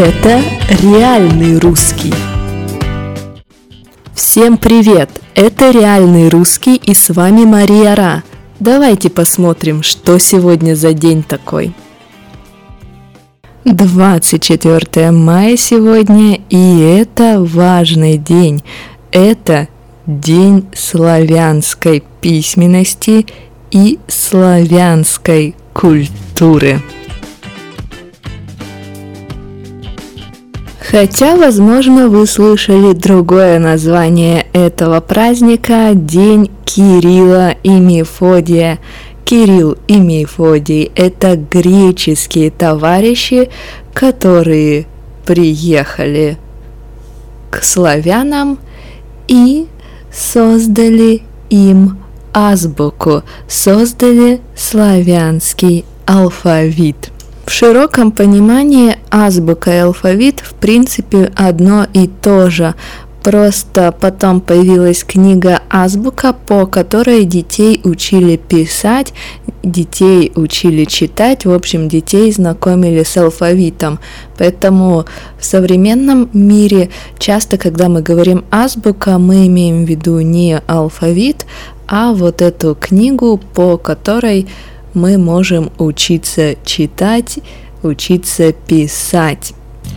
Это реальный русский. Всем привет! Это реальный русский, и с вами Мария Ра. Давайте посмотрим, что сегодня за день такой. 24 мая сегодня, и это важный день. Это День славянской письменности и славянской культуры. Хотя, возможно, вы слышали другое название этого праздника – День Кирилла и Мефодия. Кирилл и Мефодий – это греческие товарищи, которые приехали к славянам и создали им азбуку, создали славянский алфавит. В широком понимании азбука и алфавит в принципе одно и то же, просто потом появилась книга «Азбука», по которой детей учили писать, детей учили читать, в общем, детей знакомили с алфавитом. Поэтому в современном мире часто, когда мы говорим «азбука», мы имеем в виду не алфавит, а вот эту книгу, по которой мы можем учиться читать, учиться писать.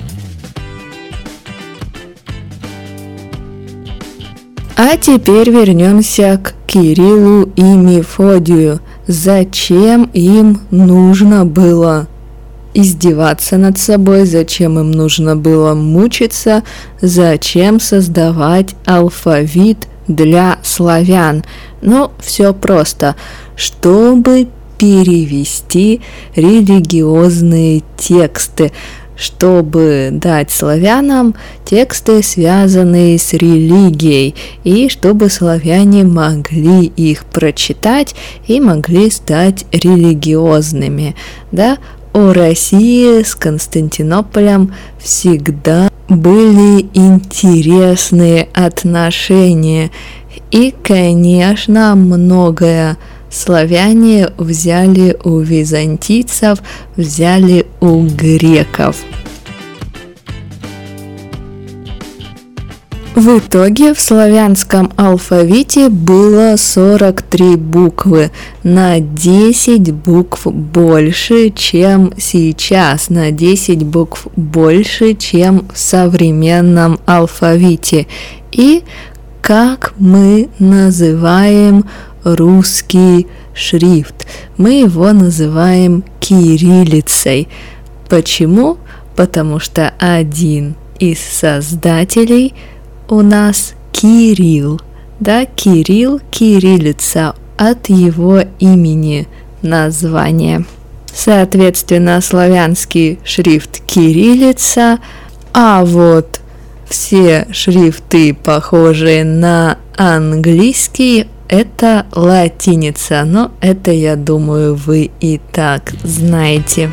А теперь вернемся к Кириллу и Мефодию. Зачем им нужно было издеваться над собой, зачем им нужно было мучиться, зачем создавать алфавит для славян? Ну, все просто, чтобы перевести религиозные тексты, чтобы дать славянам тексты, связанные с религией, и чтобы славяне могли их прочитать и могли стать религиозными. Да? У России с Константинополем всегда были интересные отношения, и, конечно, многое славяне взяли у византийцев, взяли у греков. В итоге в славянском алфавите было 43 буквы, на 10 букв больше, чем сейчас, на 10 букв больше, чем в современном алфавите. И как мы называем русский шрифт? Мы его называем кириллицей. Почему? Потому что один из создателей у нас Кирилл. Да, Кирилл, кириллица, от его имени название. Соответственно, славянский шрифт кириллица, а вот все шрифты, похожие на английский, это латиница, но это, я думаю, вы и так знаете.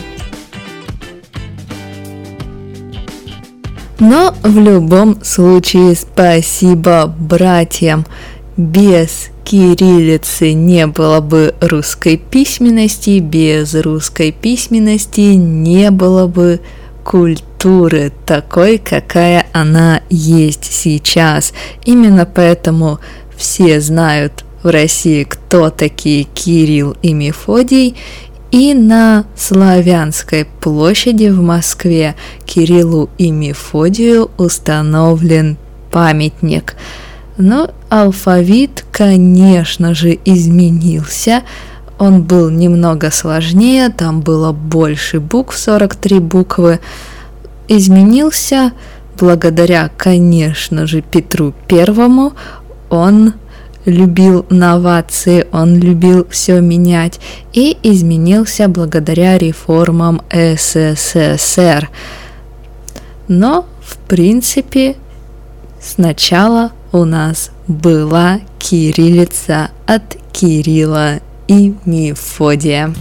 Но в любом случае спасибо братьям. Без кириллицы не было бы русской письменности, без русской письменности не было бы культуры такой, какая она есть сейчас. Именно поэтому все знают в России, кто такие Кирилл и Мефодий, и на Славянской площади в Москве Кириллу и Мефодию установлен памятник. Но алфавит, конечно же, изменился. Он был немного сложнее, там было больше букв, 43 буквы. Изменился благодаря, конечно же, Петру Первому. Он любил новации, он любил все менять, и изменился благодаря реформам СССР. Но, в принципе, сначала у нас была кириллица от Кирилла и Мефодия.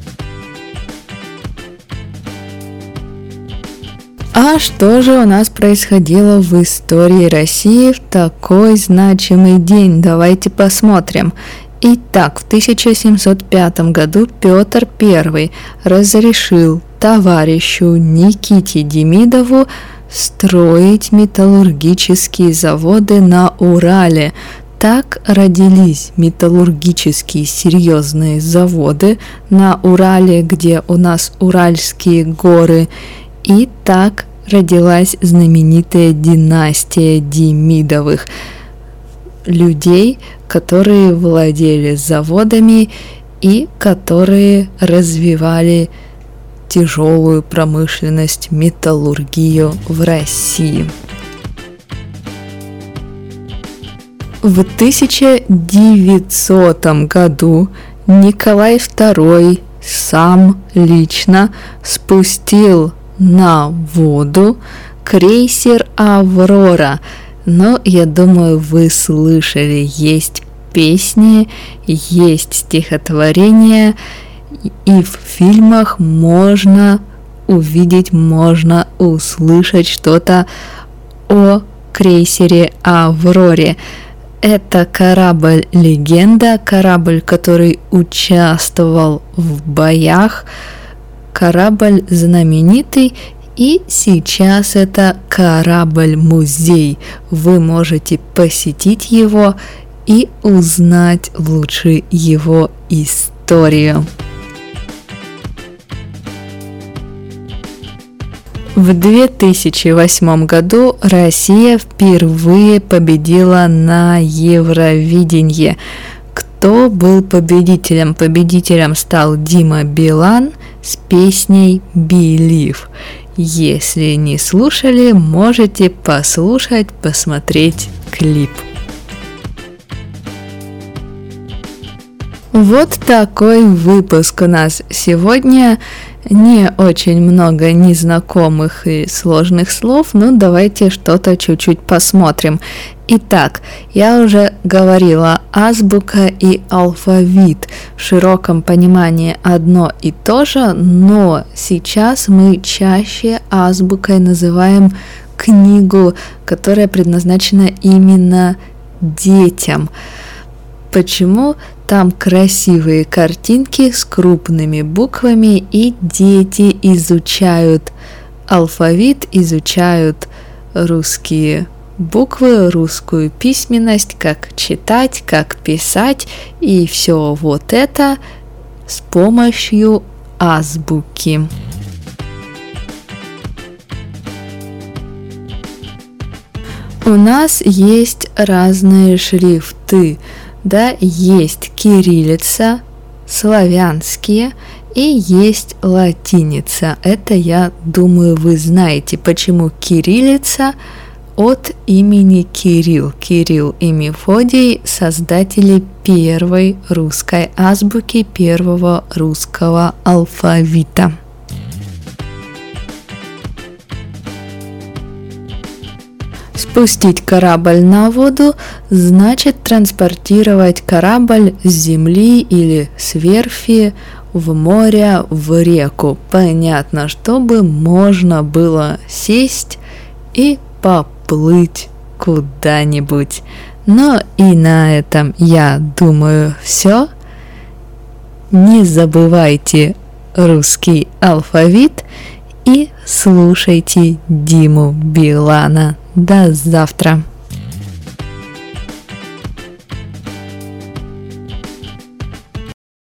А что же у нас происходило в истории России в такой значимый день? Давайте посмотрим. Итак, в 1705 году Петр I разрешил товарищу Никите Демидову строить металлургические заводы на Урале. Так родились металлургические серьезные заводы на Урале, где у нас Уральские горы, и так родилась знаменитая династия Демидовых, людей, которые владели заводами и которые развивали тяжелую промышленность, металлургию в России. В 1900 году Николай II сам лично спустил на воду крейсер «Аврора». Но, я думаю, вы слышали, есть песни, есть стихотворения, и в фильмах можно увидеть, можно услышать что-то о крейсере «Авроре». Это корабль-легенда, корабль, который участвовал в боях, корабль знаменитый, и сейчас это корабль-музей. Вы можете посетить его и узнать лучше его историю. В 2008 году Россия впервые победила на Евровидении. Кто был победителем? Победителем стал Дима Билан с песней «Believe». Если не слушали, можете послушать, посмотреть клип. Вот такой выпуск у нас сегодня. Не очень много незнакомых и сложных слов, но давайте что-то чуть-чуть посмотрим. Итак, я уже говорила, азбука и алфавит в широком понимании одно и то же, но сейчас мы чаще азбукой называем книгу, которая предназначена именно детям. Почему? Там красивые картинки с крупными буквами, и дети изучают алфавит, изучают русские буквы, русскую письменность, как читать, как писать, и все вот это с помощью азбуки. У нас есть разные шрифты. Да, есть кириллица, славянские, и есть латиница. Это, я думаю, вы знаете, почему кириллица от имени Кирилл. Кирилл и Мефодий – создатели первой русской азбуки, первого русского алфавита. Спустить корабль на воду значит транспортировать корабль с земли или с верфи в море, в реку. Понятно, чтобы можно было сесть и поплыть куда-нибудь. Но и на этом, я думаю, все. Не забывайте русский алфавит и слушайте Диму Билана. До завтра!